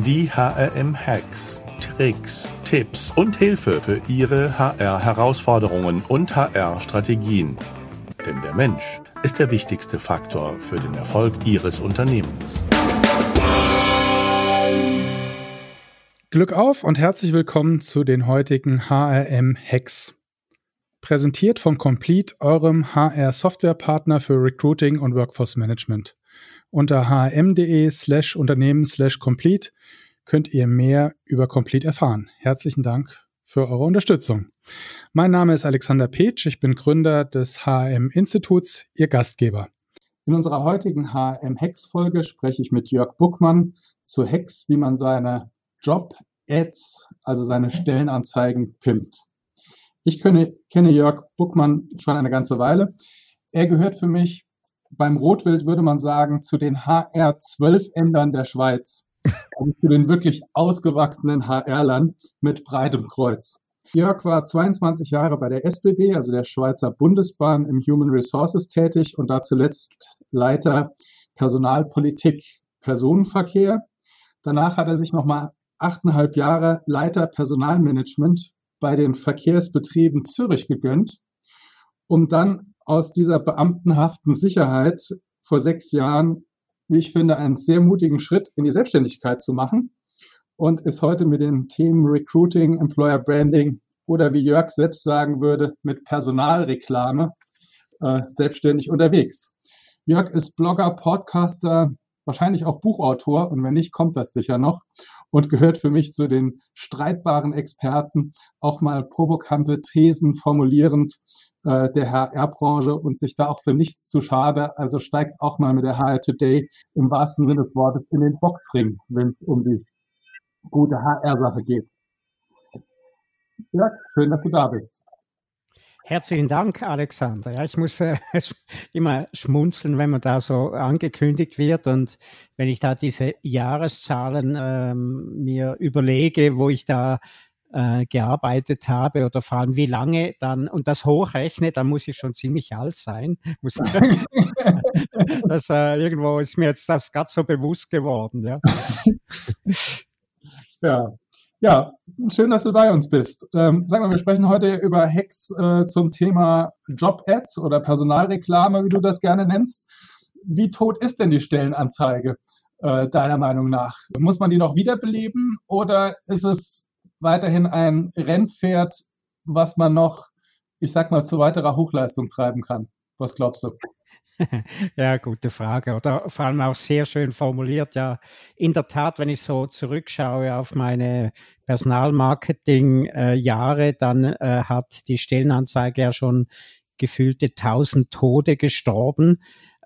Die HRM-Hacks, Tricks, Tipps und Hilfe für Ihre HR-Herausforderungen und HR-Strategien. Denn der Mensch ist der wichtigste Faktor für den Erfolg Ihres Unternehmens. Glück auf und herzlich willkommen zu den heutigen HRM-Hacks. Präsentiert von Complete, eurem HR-Softwarepartner für Recruiting und Workforce Management. Unter hrm.de/Unternehmen/Complete könnt ihr mehr über Complete erfahren. Herzlichen Dank für eure Unterstützung. Mein Name ist Alexander Petsch, ich bin Gründer des HRM-Instituts, Ihr Gastgeber. In unserer heutigen HRM-Hacks-Folge spreche ich mit Jörg Buckmann zu Hacks, wie man seine Job-Ads, also seine Stellenanzeigen, pimpt. Ich kenne Jörg Buckmann schon eine ganze Weile. Er gehört für mich, beim Rotwild würde man sagen, zu den HR-12-Ändern der Schweiz. Also zu den wirklich ausgewachsenen HR-Lern mit breitem Kreuz. Jörg war 22 Jahre bei der SBB, also der Schweizer Bundesbahn, im Human Resources tätig und da zuletzt Leiter Personalpolitik, Personenverkehr. Danach hat er sich nochmal 8,5 Jahre Leiter Personalmanagement bei den Verkehrsbetrieben Zürich gegönnt, um dann aus dieser beamtenhaften Sicherheit vor 6 Jahren, wie ich finde, einen sehr mutigen Schritt in die Selbstständigkeit zu machen und ist heute mit den Themen Recruiting, Employer Branding oder wie Jörg selbst sagen würde, mit Personalreklame selbstständig unterwegs. Jörg ist Blogger, Podcaster, wahrscheinlich auch Buchautor und wenn nicht, kommt das sicher noch und gehört für mich zu den streitbaren Experten, auch mal provokante Thesen formulierend der HR-Branche und sich da auch für nichts zu schade, also steigt auch mal mit der HR Today im wahrsten Sinne des Wortes in den Boxring, wenn es um die gute HR-Sache geht. Ja, schön, dass du da bist. Herzlichen Dank, Alexander. Ja, ich muss immer schmunzeln, wenn man da so angekündigt wird und wenn ich da diese Jahreszahlen mir überlege, wo ich da gearbeitet habe oder vor allem wie lange dann und das hochrechne, dann muss ich schon ziemlich alt sein. Irgendwo ist mir jetzt das gerade so bewusst geworden. Ja. Ja, schön, dass du bei uns bist. Sag mal, wir sprechen heute über Hacks zum Thema Job-Ads oder Personalreklame, wie du das gerne nennst. Wie tot ist denn die Stellenanzeige deiner Meinung nach? Muss man die noch wiederbeleben oder ist es weiterhin ein Rennpferd, was man noch, ich sag mal, zu weiterer Hochleistung treiben kann? Was glaubst du? Ja, gute Frage. Oder vor allem auch sehr schön formuliert. Ja, in der Tat, wenn ich so zurückschaue auf meine Personalmarketing-Jahre, dann hat die Stellenanzeige ja schon gefühlte 1000 Tode gestorben.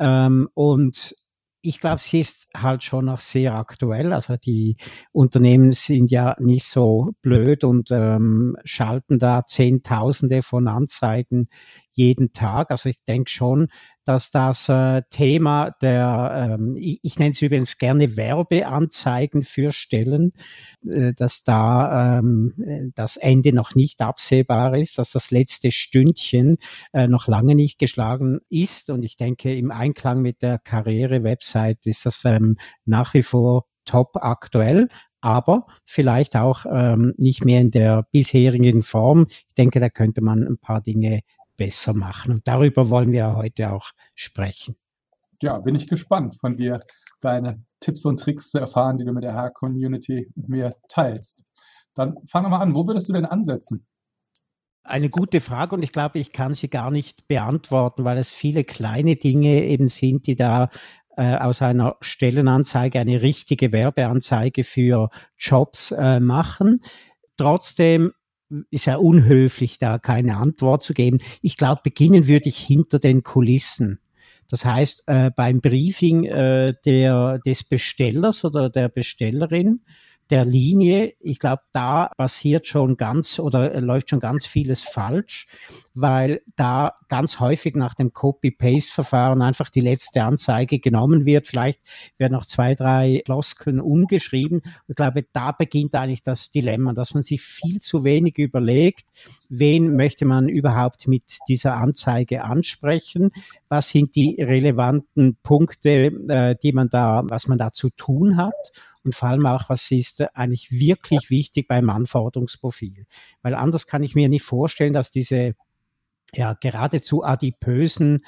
Und ich glaube, sie ist halt schon noch sehr aktuell. Also die Unternehmen sind ja nicht so blöd und schalten da Zehntausende von Anzeigen jeden Tag. Also ich denke schon, dass das Thema der, ich nenne es übrigens gerne Werbeanzeigen für Stellen, dass da das Ende noch nicht absehbar ist, dass das letzte Stündchen noch lange nicht geschlagen ist. Und ich denke, im Einklang mit der Karriere-Website ist das nach wie vor top aktuell, aber vielleicht auch nicht mehr in der bisherigen Form. Ich denke, da könnte man ein paar Dinge besser machen. Und darüber wollen wir heute auch sprechen. Ja, bin ich gespannt, von dir deine Tipps und Tricks zu erfahren, die du mit der HR-Community mit mir teilst. Dann fangen wir mal an. Wo würdest du denn ansetzen? Eine gute Frage und ich glaube, ich kann sie gar nicht beantworten, weil es viele kleine Dinge eben sind, die da aus einer Stellenanzeige eine richtige Werbeanzeige für Jobs machen. Trotzdem ist ja unhöflich, da keine Antwort zu geben. Ich glaube, beginnen würde ich hinter den Kulissen. Das heißt, beim Briefing des Bestellers oder der Bestellerin, der Linie, ich glaube, da passiert schon läuft schon ganz vieles falsch, weil da ganz häufig nach dem Copy-Paste-Verfahren einfach die letzte Anzeige genommen wird. Vielleicht werden noch 2, 3 Floskeln umgeschrieben. Ich glaube, da beginnt eigentlich das Dilemma, dass man sich viel zu wenig überlegt, wen möchte man überhaupt mit dieser Anzeige ansprechen, was sind die relevanten Punkte, was man da zu tun hat. und vor allem auch, was ist eigentlich wirklich wichtig beim Anforderungsprofil. Weil anders kann ich mir nicht vorstellen, dass diese geradezu adipösen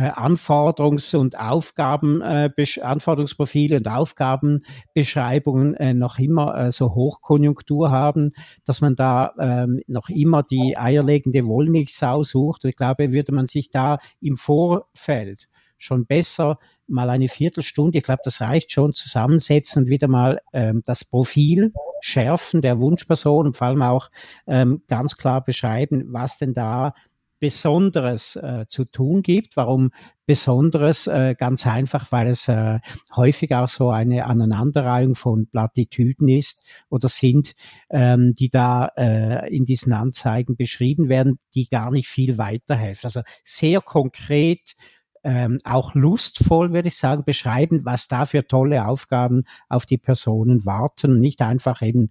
Anforderungsprofile und Aufgabenbeschreibungen noch immer so Hochkonjunktur haben, dass man da noch immer die eierlegende Wollmilchsau sucht. Und ich glaube, würde man sich da im Vorfeld schon besser mal eine Viertelstunde, ich glaube, das reicht schon, zusammensetzen und wieder mal das Profil schärfen der Wunschperson und vor allem auch ganz klar beschreiben, was denn da Besonderes zu tun gibt. Warum Besonderes? Ganz einfach, weil es häufig auch so eine Aneinanderreihung von Plattitüden ist oder sind, die da in diesen Anzeigen beschrieben werden, die gar nicht viel weiterhelfen. Also sehr konkret, auch lustvoll, würde ich sagen, beschreiben, was da für tolle Aufgaben auf die Personen warten. Nicht einfach eben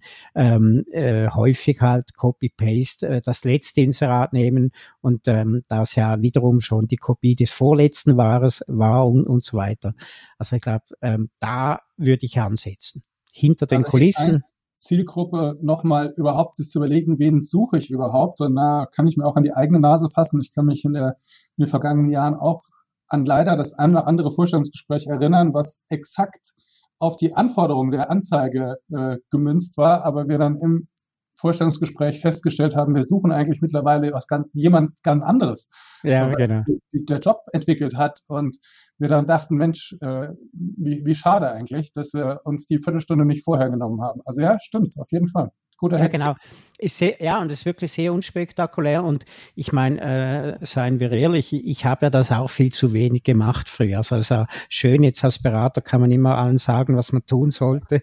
häufig halt Copy-Paste, das letzte Inserat nehmen und das ja wiederum schon die Kopie des vorletzten war und so weiter. Also ich glaube, da würde ich ansetzen. Hinter den Kulissen. Zielgruppe nochmal überhaupt sich zu überlegen, wen suche ich überhaupt? Und da kann ich mir auch an die eigene Nase fassen. Ich kann mich in den vergangenen Jahren auch an leider das eine oder andere Vorstellungsgespräch erinnern, was exakt auf die Anforderungen der Anzeige gemünzt war, aber wir dann im Vorstellungsgespräch festgestellt haben, wir suchen eigentlich mittlerweile jemand ganz anderes, ja, genau. Der Job entwickelt hat und wir dann dachten, Mensch, wie schade eigentlich, dass wir uns die Viertelstunde nicht vorher genommen haben. Also ja, stimmt, auf jeden Fall. Guter Hack. Genau. Und es ist wirklich sehr unspektakulär. Und ich meine, seien wir ehrlich, ich habe ja das auch viel zu wenig gemacht früher. Also schön, jetzt als Berater kann man immer allen sagen, was man tun sollte.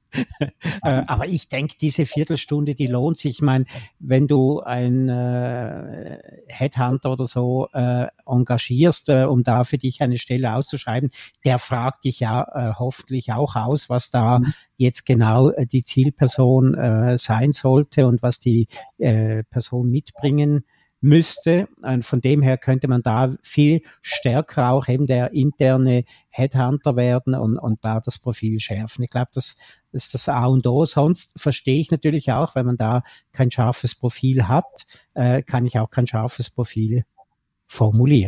Aber ich denke, diese Viertelstunde, die lohnt sich. Ich meine, wenn du ein Headhunter oder so engagierst, um da für dich eine Stelle auszuschreiben, der fragt dich ja hoffentlich auch aus, was da jetzt genau die Zielperson sein sollte und was die Person mitbringen müsste. Und von dem her könnte man da viel stärker auch eben der interne Headhunter werden und da das Profil schärfen. Ich glaube, das ist das A und O. Sonst verstehe ich natürlich auch, wenn man da kein scharfes Profil hat, kann ich auch kein scharfes Profil formulieren.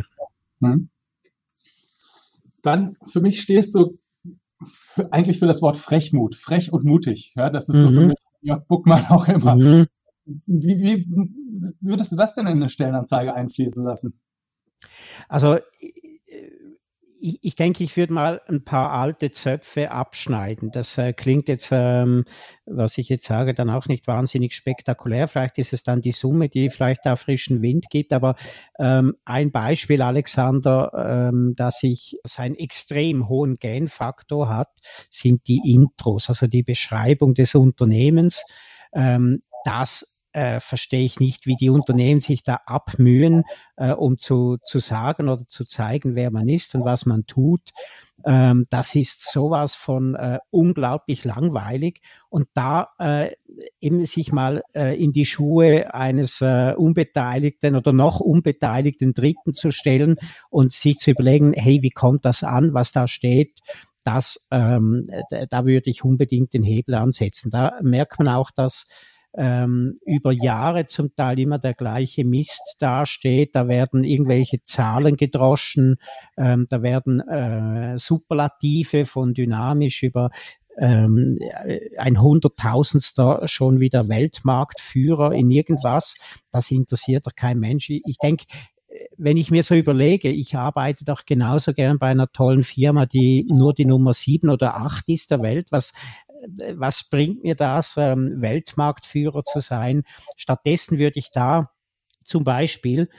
Dann für mich stehst du eigentlich für das Wort Frechmut, frech und mutig. Ja, das ist so für mich Jörg Buckmann auch immer. Wie würdest du das denn in eine Stellenanzeige einfließen lassen? Also ich denke, ich würde mal ein paar alte Zöpfe abschneiden. Das klingt jetzt, was ich jetzt sage, dann auch nicht wahnsinnig spektakulär. Vielleicht ist es dann die Summe, die vielleicht da frischen Wind gibt. Aber ein Beispiel, Alexander, dass einen extrem hohen Gain-Faktor hat, sind die Intros, also die Beschreibung des Unternehmens. Das verstehe ich nicht, wie die Unternehmen sich da abmühen, um zu sagen oder zu zeigen, wer man ist und was man tut. Das ist sowas von unglaublich langweilig. Und da eben sich mal in die Schuhe eines unbeteiligten oder noch unbeteiligten Dritten zu stellen und sich zu überlegen, hey, wie kommt das an, was da steht? Da würde ich unbedingt den Hebel ansetzen. Da merkt man auch, dass über Jahre zum Teil immer der gleiche Mist dasteht. Da werden irgendwelche Zahlen gedroschen, da werden Superlative von dynamisch über ein Hunderttausendstel schon wieder Weltmarktführer in irgendwas. Das interessiert doch kein Mensch. Ich denke, wenn ich mir so überlege, ich arbeite doch genauso gern bei einer tollen Firma, die nur die Nummer 7 oder 8 ist der Welt. Was bringt mir das, Weltmarktführer zu sein? Stattdessen würde ich da zum Beispiel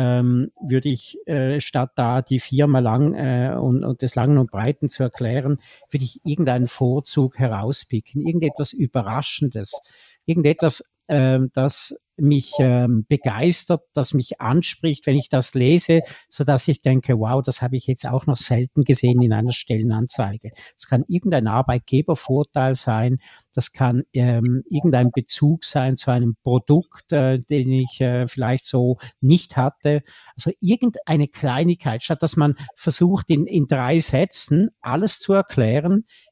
statt da die Firma lang und des Langen und Breiten zu erklären, würde ich irgendeinen Vorzug herauspicken, irgendetwas Überraschendes, irgendetwas, das mich begeistert, das mich anspricht, wenn ich das lese, so dass ich denke, wow, das habe ich jetzt auch noch selten gesehen in einer Stellenanzeige. Es kann irgendein Arbeitgebervorteil sein, das kann irgendein Bezug sein zu einem Produkt, den ich vielleicht so nicht hatte. Also irgendeine Kleinigkeit, statt dass man versucht, in 3 Sätzen alles zu erklären,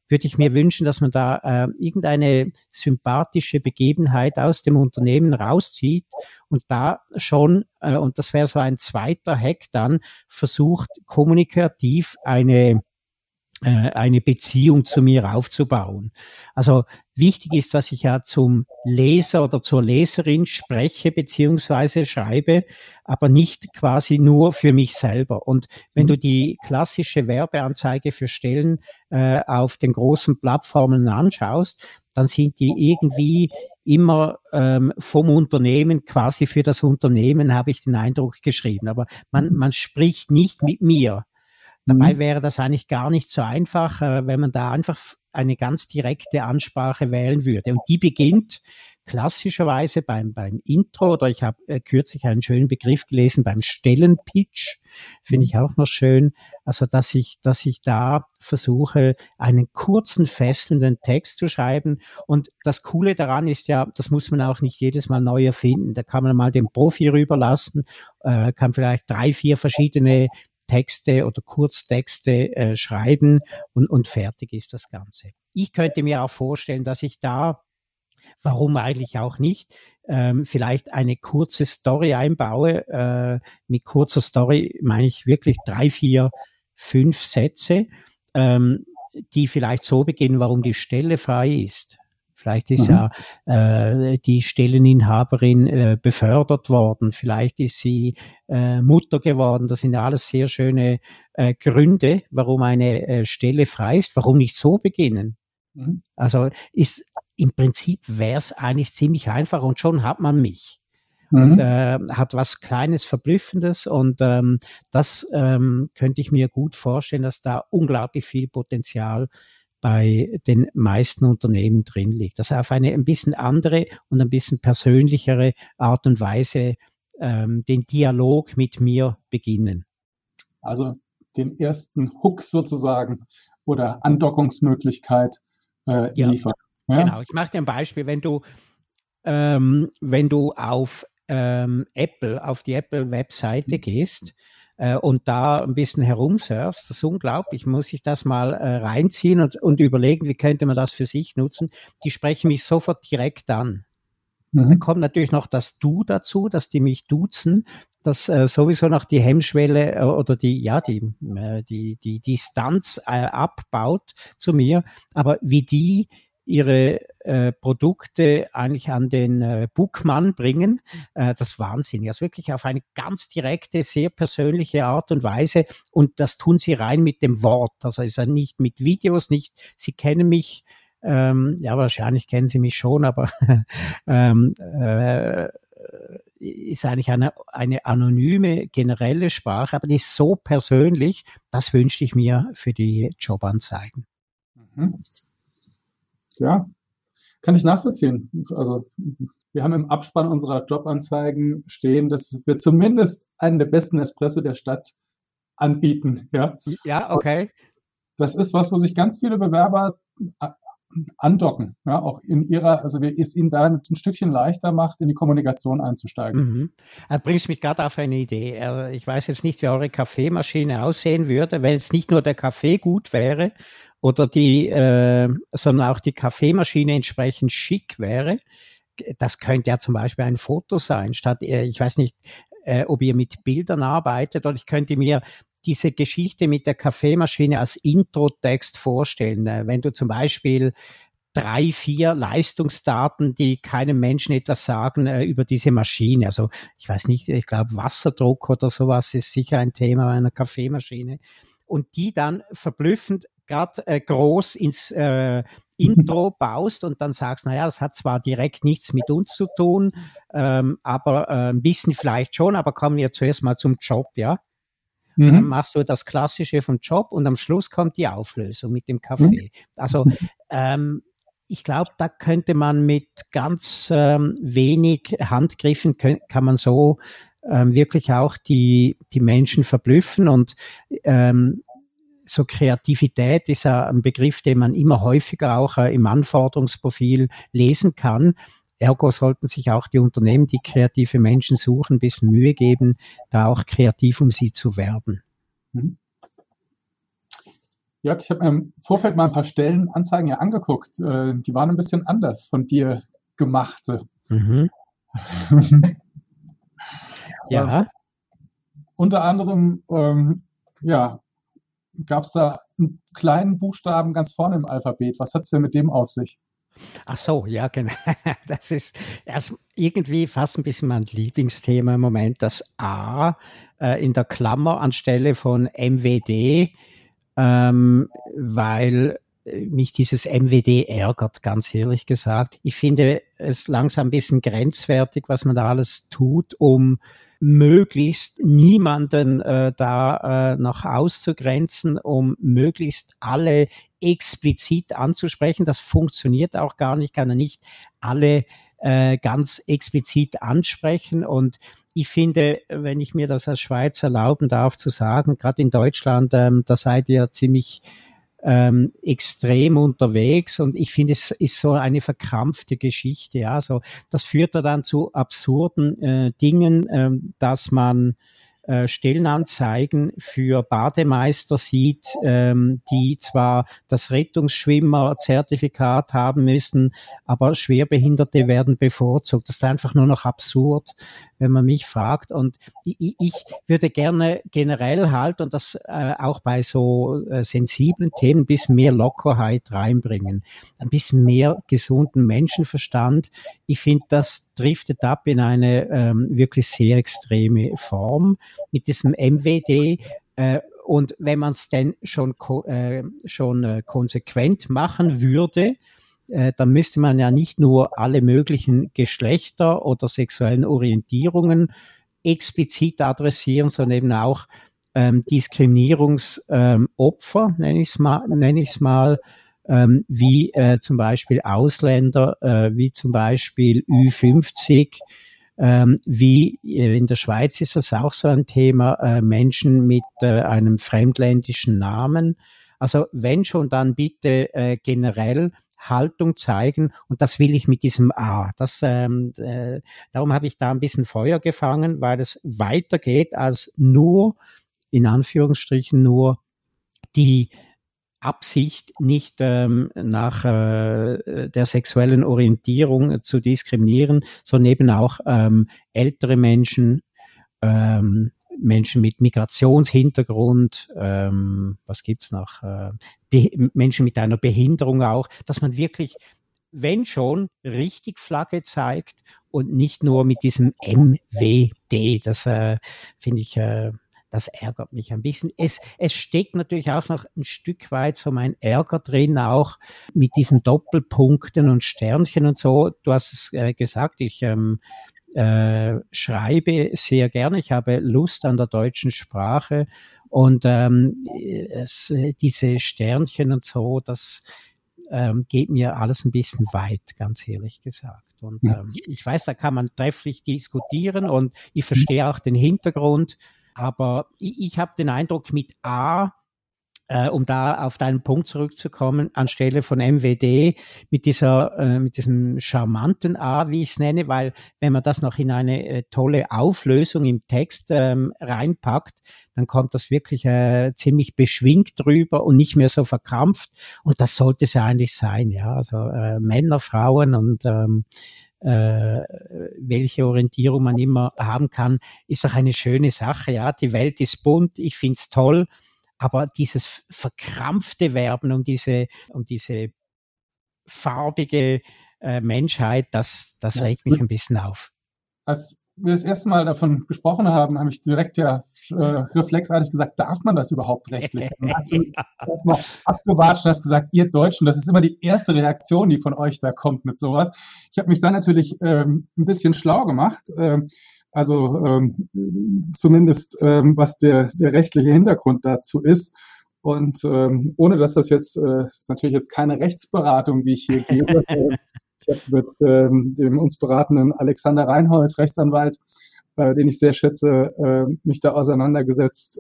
würde ich mir wünschen, dass man da irgendeine sympathische Begebenheit aus dem Unternehmen rauszieht und da schon, und das wäre so ein zweiter Hack dann, versucht kommunikativ eine Beziehung zu mir aufzubauen. Also wichtig ist, dass ich ja zum Leser oder zur Leserin spreche beziehungsweise schreibe, aber nicht quasi nur für mich selber. Und wenn du die klassische Werbeanzeige für Stellen auf den großen Plattformen anschaust, dann sind die irgendwie immer vom Unternehmen, quasi für das Unternehmen, habe ich den Eindruck, geschrieben. Aber man spricht nicht mit mir. Dabei wäre das eigentlich gar nicht so einfach, wenn man da einfach eine ganz direkte Ansprache wählen würde. Und die beginnt klassischerweise beim Intro, oder ich habe kürzlich einen schönen Begriff gelesen, beim Stellenpitch, finde ich auch noch schön. Also, dass ich da versuche, einen kurzen, fesselnden Text zu schreiben. Und das Coole daran ist ja, das muss man auch nicht jedes Mal neu erfinden. Da kann man mal den Profi rüberlassen, kann vielleicht 3, 4 verschiedene Texte oder Kurztexte schreiben und fertig ist das Ganze. Ich könnte mir auch vorstellen, dass ich da, warum eigentlich auch nicht, vielleicht eine kurze Story einbaue. Mit kurzer Story meine ich wirklich 3, 4, 5 Sätze, die vielleicht so beginnen, warum die Stelle frei ist. Vielleicht ist ja die Stelleninhaberin befördert worden, vielleicht ist sie Mutter geworden. Das sind ja alles sehr schöne Gründe, warum eine Stelle frei ist. Warum nicht so beginnen? Also im Prinzip wäre es eigentlich ziemlich einfach und schon hat man mich. Und hat was Kleines, Verblüffendes und das könnte ich mir gut vorstellen, dass da unglaublich viel Potenzial bei den meisten Unternehmen drin liegt. Also auf eine ein bisschen andere und ein bisschen persönlichere Art und Weise den Dialog mit mir beginnen. Also den ersten Hook sozusagen oder Andockungsmöglichkeit liefern. Ja? Genau, ich mache dir ein Beispiel. Wenn du auf Apple, auf die Apple-Webseite gehst, und da ein bisschen herumsurfst, das ist unglaublich, muss ich das mal reinziehen und überlegen, wie könnte man das für sich nutzen. Die sprechen mich sofort direkt an. Da kommt natürlich noch das Du dazu, dass die mich duzen, dass sowieso noch die Hemmschwelle oder die Distanz abbaut zu mir, aber wie die ihre Produkte eigentlich an den Bookmann bringen, das ist Wahnsinn. Also wirklich auf eine ganz direkte, sehr persönliche Art und Weise und das tun sie rein mit dem Wort. Also ist ja nicht mit Videos, nicht, sie kennen mich, ja wahrscheinlich kennen sie mich schon, aber ist eigentlich eine anonyme, generelle Sprache, aber die ist so persönlich, das wünschte ich mir für die Jobanzeigen. Ja, kann ich nachvollziehen. Also wir haben im Abspann unserer Jobanzeigen stehen, dass wir zumindest einen der besten Espresso der Stadt anbieten. Ja, ja, okay. Das ist was, wo sich ganz viele Bewerber andocken, ja, auch in ihrer, also wie es ihnen da ein Stückchen leichter macht, in die Kommunikation einzusteigen. Da bringst mich gerade auf eine Idee. Ich weiß jetzt nicht, wie eure Kaffeemaschine aussehen würde, wenn es nicht nur der Kaffee gut wäre oder sondern auch die Kaffeemaschine entsprechend schick wäre. Das könnte ja zum Beispiel ein Foto sein, statt, ich weiß nicht, ob ihr mit Bildern arbeitet, oder ich könnte mir diese Geschichte mit der Kaffeemaschine als Intro-Text vorstellen. Wenn du zum Beispiel 3, 4 Leistungsdaten, die keinem Menschen etwas sagen, über diese Maschine. Also ich weiß nicht, ich glaube Wasserdruck oder sowas ist sicher ein Thema bei einer Kaffeemaschine. Und die dann verblüffend gerade groß ins Intro baust und dann sagst, naja, das hat zwar direkt nichts mit uns zu tun, aber ein bisschen vielleicht schon, aber kommen wir zuerst mal zum Job, ja. Dann machst du das Klassische vom Job und am Schluss kommt die Auflösung mit dem Kaffee. Also ich glaube, da könnte man mit ganz wenig Handgriffen kann man so wirklich auch die Menschen verblüffen und so Kreativität ist ja ein Begriff, den man immer häufiger auch im Anforderungsprofil lesen kann. Ergo sollten sich auch die Unternehmen, die kreative Menschen suchen, ein bisschen Mühe geben, da auch kreativ um sie zu werben. Jörg, ich habe mir im Vorfeld mal ein paar Stellenanzeigen ja angeguckt. Die waren ein bisschen anders von dir gemacht. Mhm. Äh, Ja. unter anderem ja, gab es da einen kleinen Buchstaben ganz vorne im Alphabet. Was hat es denn mit dem auf sich? Ach so, ja, genau. Das ist erst irgendwie fast ein bisschen mein Lieblingsthema im Moment, das A in der Klammer anstelle von MWD, weil mich dieses MWD ärgert, ganz ehrlich gesagt. Ich finde es langsam ein bisschen grenzwertig, was man da alles tut, um möglichst niemanden da noch auszugrenzen, um möglichst alle explizit anzusprechen. Das funktioniert auch gar nicht, kann er nicht alle ganz explizit ansprechen. Und ich finde, wenn ich mir das als Schweiz erlauben darf zu sagen, gerade in Deutschland, da seid ihr ziemlich extrem unterwegs und ich finde, es ist so eine verkrampfte Geschichte. Ja, so das führt da dann zu absurden Dingen, dass man Stellenanzeigen für Bademeister sieht, die zwar das Rettungsschwimmer-Zertifikat haben müssen, aber Schwerbehinderte werden bevorzugt. Das ist einfach nur noch absurd, wenn man mich fragt. Und ich würde gerne generell halt, und das auch bei so sensiblen Themen, ein bisschen mehr Lockerheit reinbringen, ein bisschen mehr gesunden Menschenverstand. Ich finde, das driftet ab in eine wirklich sehr extreme Form mit diesem MWD. Und wenn man es denn schon konsequent machen würde, dann müsste man ja nicht nur alle möglichen Geschlechter oder sexuellen Orientierungen explizit adressieren, sondern eben auch Diskriminierungsopfer, nenne ich es mal, wie zum Beispiel Ausländer, wie zum Beispiel Ü50, wie in der Schweiz ist das auch so ein Thema, Menschen mit einem fremdländischen Namen. Also wenn schon, dann bitte generell Haltung zeigen und das will ich mit diesem A. Darum habe ich da ein bisschen Feuer gefangen, weil es weitergeht als nur, in Anführungsstrichen, nur die Absicht, nicht nach der sexuellen Orientierung zu diskriminieren, sondern eben auch ältere Menschen, Menschen mit Migrationshintergrund, was gibt's noch? Menschen mit einer Behinderung auch, dass man wirklich, wenn schon, richtig Flagge zeigt und nicht nur mit diesem MWD. Das finde ich das ärgert mich ein bisschen. Es steckt natürlich auch noch ein Stück weit so mein Ärger drin, auch mit diesen Doppelpunkten und Sternchen und so. Du hast es gesagt, ich schreibe sehr gerne. Ich habe Lust an der deutschen Sprache und diese Sternchen und so, das geht mir alles ein bisschen weit, ganz ehrlich gesagt. Und ich weiß, da kann man trefflich diskutieren und ich verstehe auch den Hintergrund. Aber ich habe den Eindruck, mit A, um da auf deinen Punkt zurückzukommen, anstelle von MWD, mit diesem charmanten A, wie ich es nenne, weil wenn man das noch in eine tolle Auflösung im Text reinpackt, dann kommt das wirklich ziemlich beschwingt drüber und nicht mehr so verkrampft. Und das sollte es ja eigentlich sein, ja. Also Männer, Frauen und welche Orientierung man immer haben kann, ist doch eine schöne Sache. Ja, die Welt ist bunt, ich find's toll, aber dieses verkrampfte Werben um diese farbige Menschheit, das regt mich ein bisschen auf. Als wir das erste Mal davon gesprochen haben, habe ich direkt reflexartig gesagt, darf man das überhaupt rechtlich? Und hat mal abgewatscht und hast gesagt, ihr Deutschen, das ist immer die erste Reaktion, die von euch da kommt mit sowas. Ich habe mich dann natürlich ein bisschen schlau gemacht, zumindest was der rechtliche Hintergrund dazu ist. Und ohne dass das jetzt, ist natürlich jetzt keine Rechtsberatung, die ich hier gebe. Ich habe mit dem uns beratenden Alexander Reinhold, Rechtsanwalt, den ich sehr schätze, mich da auseinandergesetzt.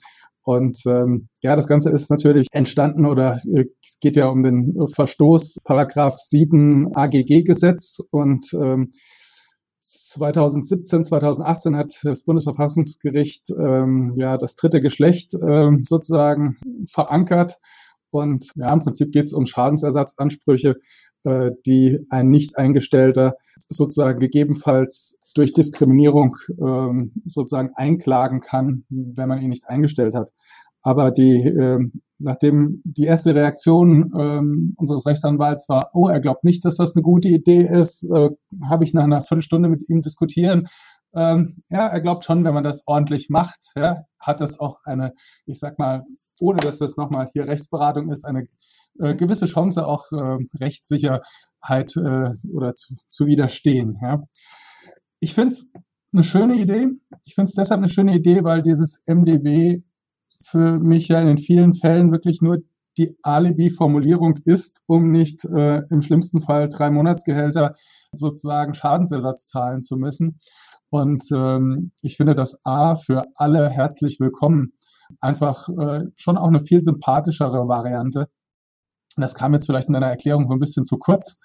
Das Ganze ist natürlich entstanden es geht ja um den Verstoß Paragraph 7 AGG-Gesetz und 2017, 2018 hat das Bundesverfassungsgericht das dritte Geschlecht sozusagen verankert. Und ja, im Prinzip geht es um Schadensersatzansprüche, die ein Nicht-Eingestellter sozusagen gegebenenfalls durch Diskriminierung sozusagen einklagen kann, wenn man ihn nicht eingestellt hat. Aber nachdem die erste Reaktion unseres Rechtsanwalts war, oh, er glaubt nicht, dass das eine gute Idee ist, habe ich nach einer Viertelstunde mit ihm diskutieren. Ja, er glaubt schon, wenn man das ordentlich macht, ja, hat das auch eine, ich sag mal, ohne dass das nochmal hier Rechtsberatung ist, eine gewisse Chance auch Rechtssicherheit oder zu widerstehen. Ja. Ich finde es eine schöne Idee. Ich finde es deshalb eine schöne Idee, weil dieses MDB für mich ja in den vielen Fällen wirklich nur die Alibi-Formulierung ist, um nicht im schlimmsten Fall 3 Monatsgehälter sozusagen Schadensersatz zahlen zu müssen. Und ich finde das für alle herzlich willkommen. Einfach schon auch eine viel sympathischere Variante. Das kam jetzt vielleicht in deiner Erklärung so ein bisschen zu kurz.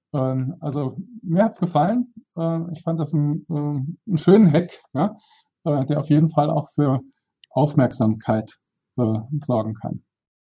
Also mir hat's gefallen. Ich fand das einen schönen Hack, ja, der auf jeden Fall auch für Aufmerksamkeit sorgen kann.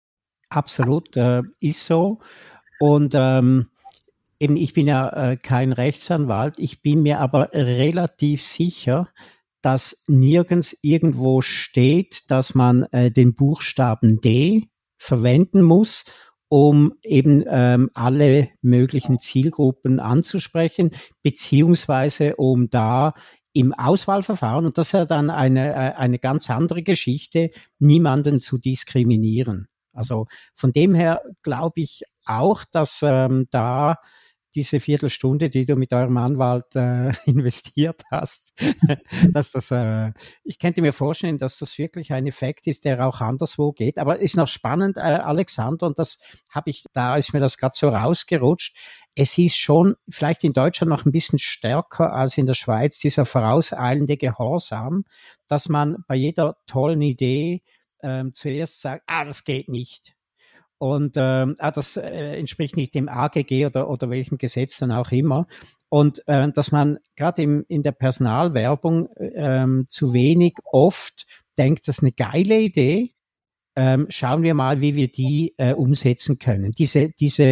Absolut, ist so. Und eben, ich bin ja kein Rechtsanwalt, ich bin mir aber relativ sicher, dass nirgends irgendwo steht, dass man den Buchstaben D verwenden muss, um eben alle möglichen Zielgruppen anzusprechen, beziehungsweise um da im Auswahlverfahren, und das ist ja dann eine ganz andere Geschichte, niemanden zu diskriminieren. Also von dem her glaube ich auch, dass da diese Viertelstunde, die du mit eurem Anwalt investiert hast, dass das, ich könnte mir vorstellen, dass das wirklich ein Effekt ist, der auch anderswo geht. Aber ist noch spannend, Alexander, und da ist mir das gerade so rausgerutscht. Es ist schon vielleicht in Deutschland noch ein bisschen stärker als in der Schweiz, dieser vorauseilende Gehorsam, dass man bei jeder tollen Idee zuerst sagt, das geht nicht. Und das entspricht nicht dem AGG oder welchem Gesetz dann auch immer. Und dass man gerade in der Personalwerbung zu wenig oft denkt, das ist eine geile Idee. Schauen wir mal, wie wir die umsetzen können. Diese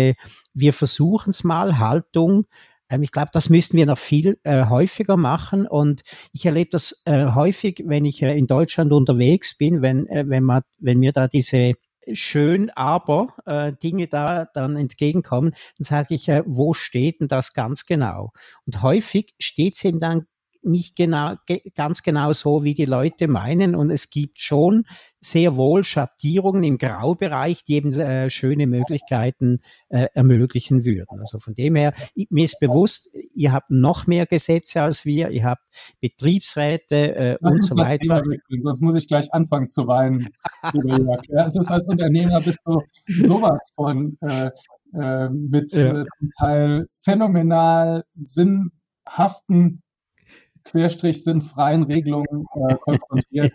wir versuchen es mal Haltung. Ich glaube, das müssten wir noch viel häufiger machen. Und ich erlebe das häufig, wenn ich in Deutschland unterwegs bin, wenn mir da diese schön, aber Dinge da dann entgegenkommen, dann sage ich, wo steht denn das ganz genau? Und häufig steht es eben dann nicht ganz genau so, wie die Leute meinen, und es gibt schon sehr wohl Schattierungen im Graubereich, die eben schöne Möglichkeiten ermöglichen würden. Also von dem her, mir ist bewusst, ihr habt noch mehr Gesetze als wir, ihr habt Betriebsräte und so weiter. Sonst muss ich gleich anfangen zu weinen. Ja, das heißt, als Unternehmer bist du sowas von mit zum Teil phänomenal sinnhaften sinnfreien Regelungen konfrontiert.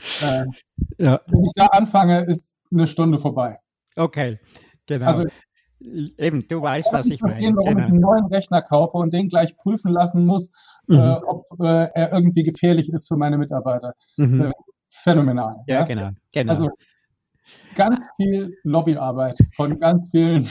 Wenn ich da anfange, ist eine Stunde vorbei. Okay, genau. Also, eben, du weißt, was ich meine. Warum ich einen neuen Rechner kaufe und den gleich prüfen lassen muss, ob er irgendwie gefährlich ist für meine Mitarbeiter. Phänomenal. Ja, genau. Also ganz viel Lobbyarbeit von ganz vielen.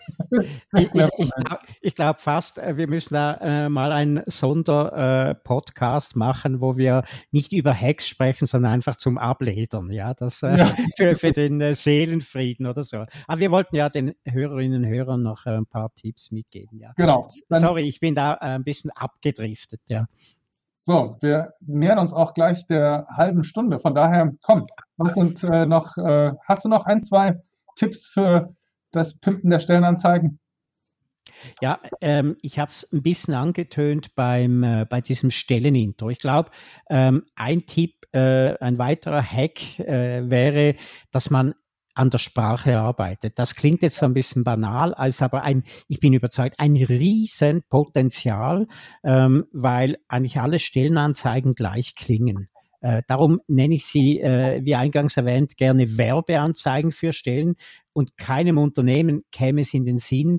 Ich glaube fast, wir müssen da mal einen Sonderpodcast machen, wo wir nicht über Hacks sprechen, sondern einfach zum Abledern, für den Seelenfrieden oder so. Aber wir wollten ja den Hörerinnen und Hörern noch ein paar Tipps mitgeben. Ja. Genau. Sorry, ich bin da ein bisschen abgedriftet, ja. So, wir nähern uns auch gleich der halben Stunde. Von daher, komm, hast du noch 1, 2 Tipps für das Pimpen der Stellenanzeigen? Ja, ich habe es ein bisschen angetönt bei diesem Stellenintro. Ich glaube, ein Tipp, ein weiterer Hack wäre, dass man an der Sprache arbeitet. Das klingt jetzt so ein bisschen banal, als aber ich bin überzeugt, ein Riesenpotenzial, weil eigentlich alle Stellenanzeigen gleich klingen. Darum nenne ich sie, wie eingangs erwähnt, gerne Werbeanzeigen für Stellen, und keinem Unternehmen käme es in den Sinn,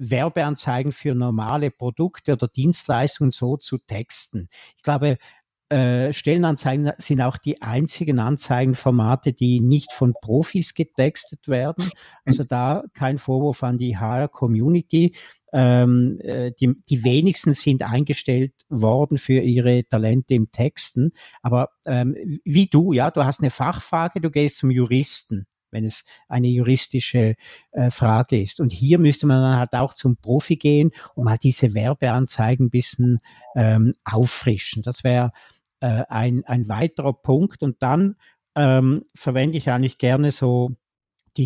Werbeanzeigen für normale Produkte oder Dienstleistungen so zu texten. Ich glaube, Stellenanzeigen sind auch die einzigen Anzeigenformate, die nicht von Profis getextet werden. Also da kein Vorwurf an die HR-Community. Die wenigsten sind eingestellt worden für ihre Talente im Texten. Aber wie du hast eine Fachfrage, du gehst zum Juristen, wenn es eine juristische Frage ist. Und hier müsste man dann halt auch zum Profi gehen, um halt diese Werbeanzeigen ein bisschen auffrischen. Das wäre ein weiterer Punkt. Und dann verwende ich eigentlich gerne so die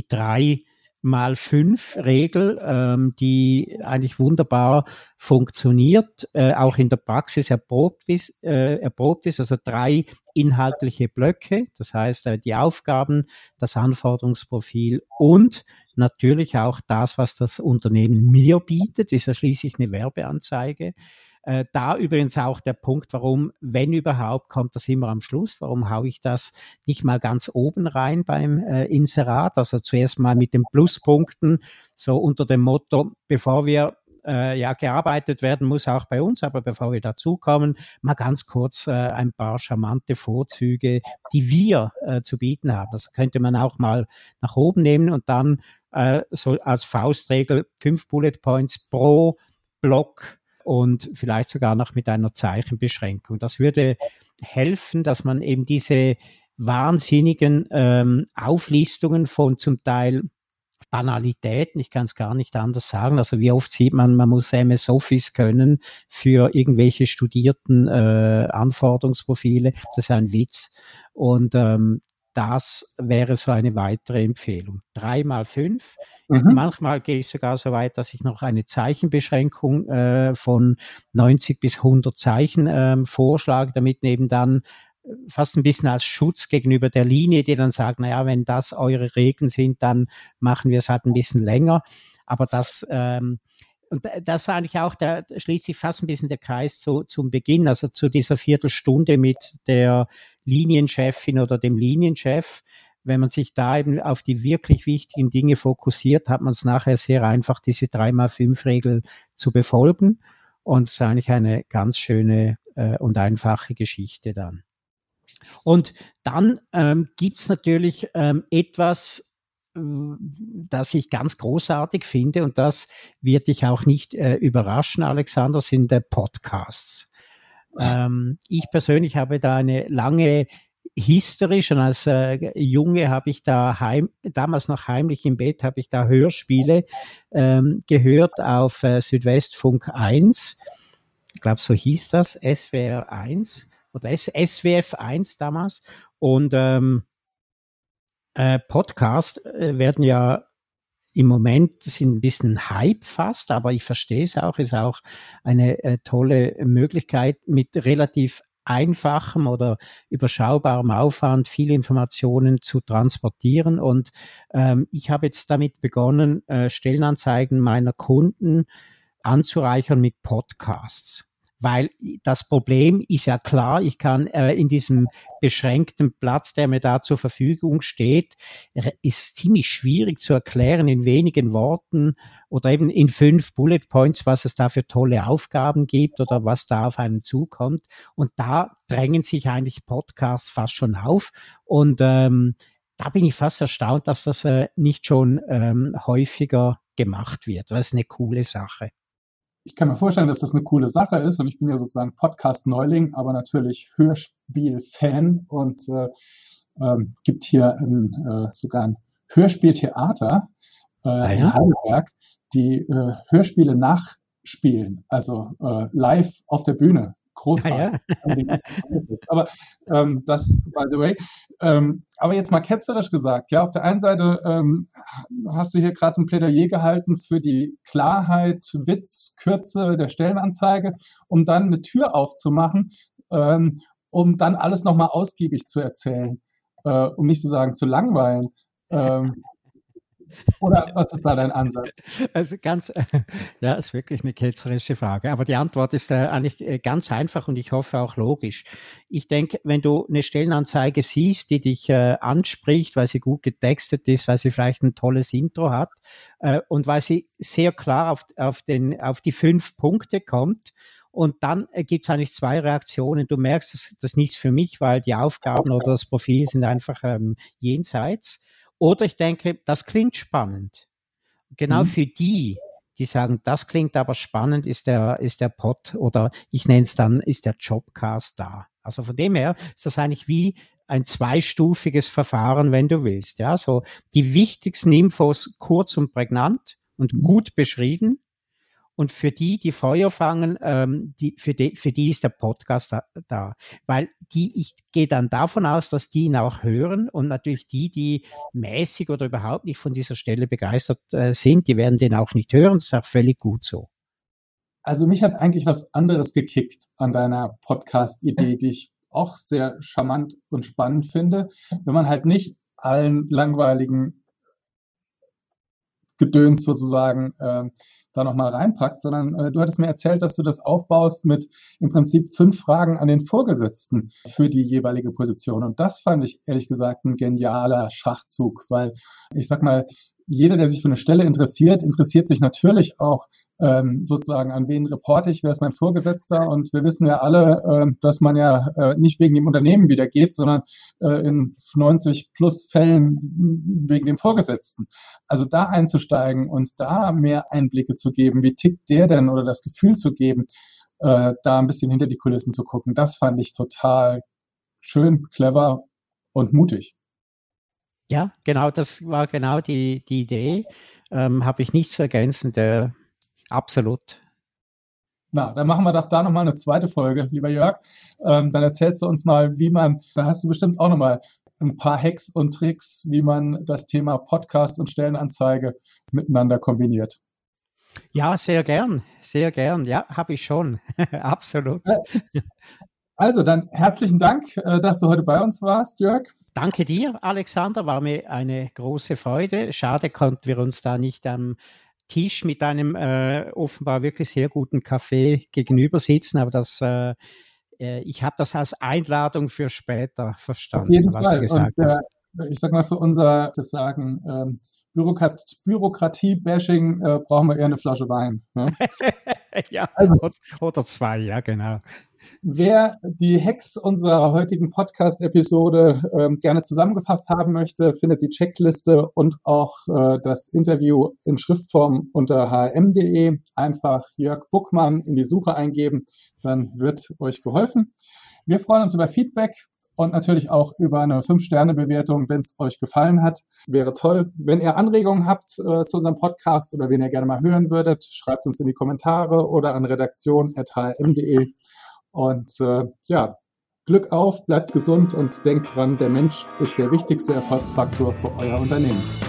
3x5-Regel, die eigentlich wunderbar funktioniert, auch in der Praxis erprobt ist, also 3 inhaltliche Blöcke, das heißt die Aufgaben, das Anforderungsprofil und natürlich auch das, was das Unternehmen mir bietet, ist ja schließlich eine Werbeanzeige. Da übrigens auch der Punkt, warum, wenn überhaupt, kommt das immer am Schluss. Warum haue ich das nicht mal ganz oben rein beim Inserat? Also zuerst mal mit den Pluspunkten, so unter dem Motto, bevor wir gearbeitet werden muss auch bei uns, aber bevor wir dazukommen, mal ganz kurz ein paar charmante Vorzüge, die wir zu bieten haben. Das könnte man auch mal nach oben nehmen und dann so als Faustregel 5 Bullet Points pro Block und vielleicht sogar noch mit einer Zeichenbeschränkung. Das würde helfen, dass man eben diese wahnsinnigen Auflistungen von zum Teil Banalitäten, ich kann es gar nicht anders sagen, also wie oft sieht man muss MS Office können für irgendwelche studierten Anforderungsprofile, das ist ein Witz und das wäre so eine weitere Empfehlung. 3x5. Manchmal gehe ich sogar so weit, dass ich noch eine Zeichenbeschränkung von 90 bis 100 Zeichen vorschlage, damit eben dann fast ein bisschen als Schutz gegenüber der Linie, die dann sagt, naja, wenn das eure Regeln sind, dann machen wir es halt ein bisschen länger. Aber das und das ist eigentlich auch, da schließt sich fast ein bisschen der Kreis zum Beginn, also zu dieser Viertelstunde mit der Linienchefin oder dem Linienchef. Wenn man sich da eben auf die wirklich wichtigen Dinge fokussiert, hat man es nachher sehr einfach, diese 3x5-Regel zu befolgen. Und es ist eigentlich eine ganz schöne und einfache Geschichte dann. Und dann gibt's natürlich etwas, das ich ganz großartig finde und das wird dich auch nicht überraschen, Alexander, sind Podcasts. Ich persönlich habe da eine lange History, schon als Junge habe ich da damals noch heimlich im Bett, habe ich da Hörspiele gehört auf Südwestfunk 1. Ich glaube, so hieß das, SWR 1 oder SWF 1 damals. Und Podcasts werden ja im Moment sind ein bisschen Hype fast, aber ich verstehe es auch, ist auch eine tolle Möglichkeit, mit relativ einfachem oder überschaubarem Aufwand viele Informationen zu transportieren. Und ich habe jetzt damit begonnen, Stellenanzeigen meiner Kunden anzureichern mit Podcasts. Weil das Problem ist ja klar, ich kann in diesem beschränkten Platz, der mir da zur Verfügung steht, ist ziemlich schwierig zu erklären in wenigen Worten oder eben in 5 Bullet Points, was es da für tolle Aufgaben gibt oder was da auf einen zukommt. Und da drängen sich eigentlich Podcasts fast schon auf. Und da bin ich fast erstaunt, dass das nicht schon häufiger gemacht wird. Das ist eine coole Sache. Ich kann mir vorstellen, dass das eine coole Sache ist und ich bin ja sozusagen Podcast-Neuling, aber natürlich Hörspiel-Fan und gibt hier sogar ein Hörspieltheater in Heidelberg, die Hörspiele nachspielen, also live auf der Bühne. Großartig. Ja. Aber das, by the way. Aber jetzt mal ketzerisch gesagt, ja, auf der einen Seite hast du hier gerade ein Plädoyer gehalten für die Klarheit, Witz, Kürze der Stellenanzeige, um dann eine Tür aufzumachen, um dann alles nochmal ausgiebig zu erzählen, um nicht zu sagen zu langweilen. Oder was ist da dein Ansatz? Also ja, ist wirklich eine ketzerische Frage. Aber die Antwort ist eigentlich ganz einfach und ich hoffe auch logisch. Ich denke, wenn du eine Stellenanzeige siehst, die dich anspricht, weil sie gut getextet ist, weil sie vielleicht ein tolles Intro hat und weil sie sehr klar auf die 5 Punkte kommt Und dann gibt es eigentlich zwei Reaktionen. Du merkst, das ist nichts für mich, weil die Aufgaben oder das Profil sind einfach jenseits. Oder ich denke, das klingt spannend. Genau für die sagen, das klingt aber spannend, ist der Pod oder ich nenne es dann, ist der Jobcast da. Also von dem her ist das eigentlich wie ein zweistufiges Verfahren, wenn du willst. Ja, so die wichtigsten Infos kurz und prägnant und gut beschrieben. Und für die Feuer fangen, für die ist der Podcast da. Weil ich gehe dann davon aus, dass die ihn auch hören und natürlich die mäßig oder überhaupt nicht von dieser Stelle begeistert sind, die werden den auch nicht hören. Das ist auch völlig gut so. Also mich hat eigentlich was anderes gekickt an deiner Podcast-Idee, die ich auch sehr charmant und spannend finde, wenn man halt nicht allen langweiligen Gedöns sozusagen da nochmal reinpackt, sondern du hattest mir erzählt, dass du das aufbaust mit im Prinzip 5 Fragen an den Vorgesetzten für die jeweilige Position. Und das fand ich ehrlich gesagt ein genialer Schachzug, weil ich sag mal, jeder, der sich für eine Stelle interessiert sich natürlich auch sozusagen, an wen reporte ich, wer ist mein Vorgesetzter, und wir wissen ja alle, dass man ja nicht wegen dem Unternehmen wieder geht, sondern in 90 plus Fällen wegen dem Vorgesetzten. Also da einzusteigen und da mehr Einblicke zu geben, wie tickt der denn, oder das Gefühl zu geben, da ein bisschen hinter die Kulissen zu gucken, das fand ich total schön, clever und mutig. Ja, genau, das war genau die Idee. Habe ich nichts zu ergänzen, absolut. Na, dann machen wir doch da nochmal eine zweite Folge, lieber Jörg. Dann erzählst du uns mal, da hast du bestimmt auch nochmal ein paar Hacks und Tricks, wie man das Thema Podcast und Stellenanzeige miteinander kombiniert. Ja, sehr gern. Ja, habe ich schon. Absolut. Also dann herzlichen Dank, dass du heute bei uns warst, Jörg. Danke dir, Alexander. War mir eine große Freude. Schade, konnten wir uns da nicht am Tisch mit einem offenbar wirklich sehr guten Kaffee gegenüber sitzen, aber ich habe das als Einladung für später verstanden, auf jeden was Fall. du gesagt hast. Ich sag mal, für unser Bürokratie-Bashing brauchen wir eher eine Flasche Wein. Ne? Ja, oder 2, ja, genau. Wer die Hacks unserer heutigen Podcast-Episode gerne zusammengefasst haben möchte, findet die Checkliste und auch das Interview in Schriftform unter hm.de. Einfach Jörg Buckmann in die Suche eingeben, dann wird euch geholfen. Wir freuen uns über Feedback und natürlich auch über eine 5-Sterne-Bewertung, wenn es euch gefallen hat. Wäre toll. Wenn ihr Anregungen habt zu unserem Podcast oder wen ihr gerne mal hören würdet, schreibt uns in die Kommentare oder an redaktion@hm.de. Und Glück auf, bleibt gesund und denkt dran, der Mensch ist der wichtigste Erfolgsfaktor für euer Unternehmen.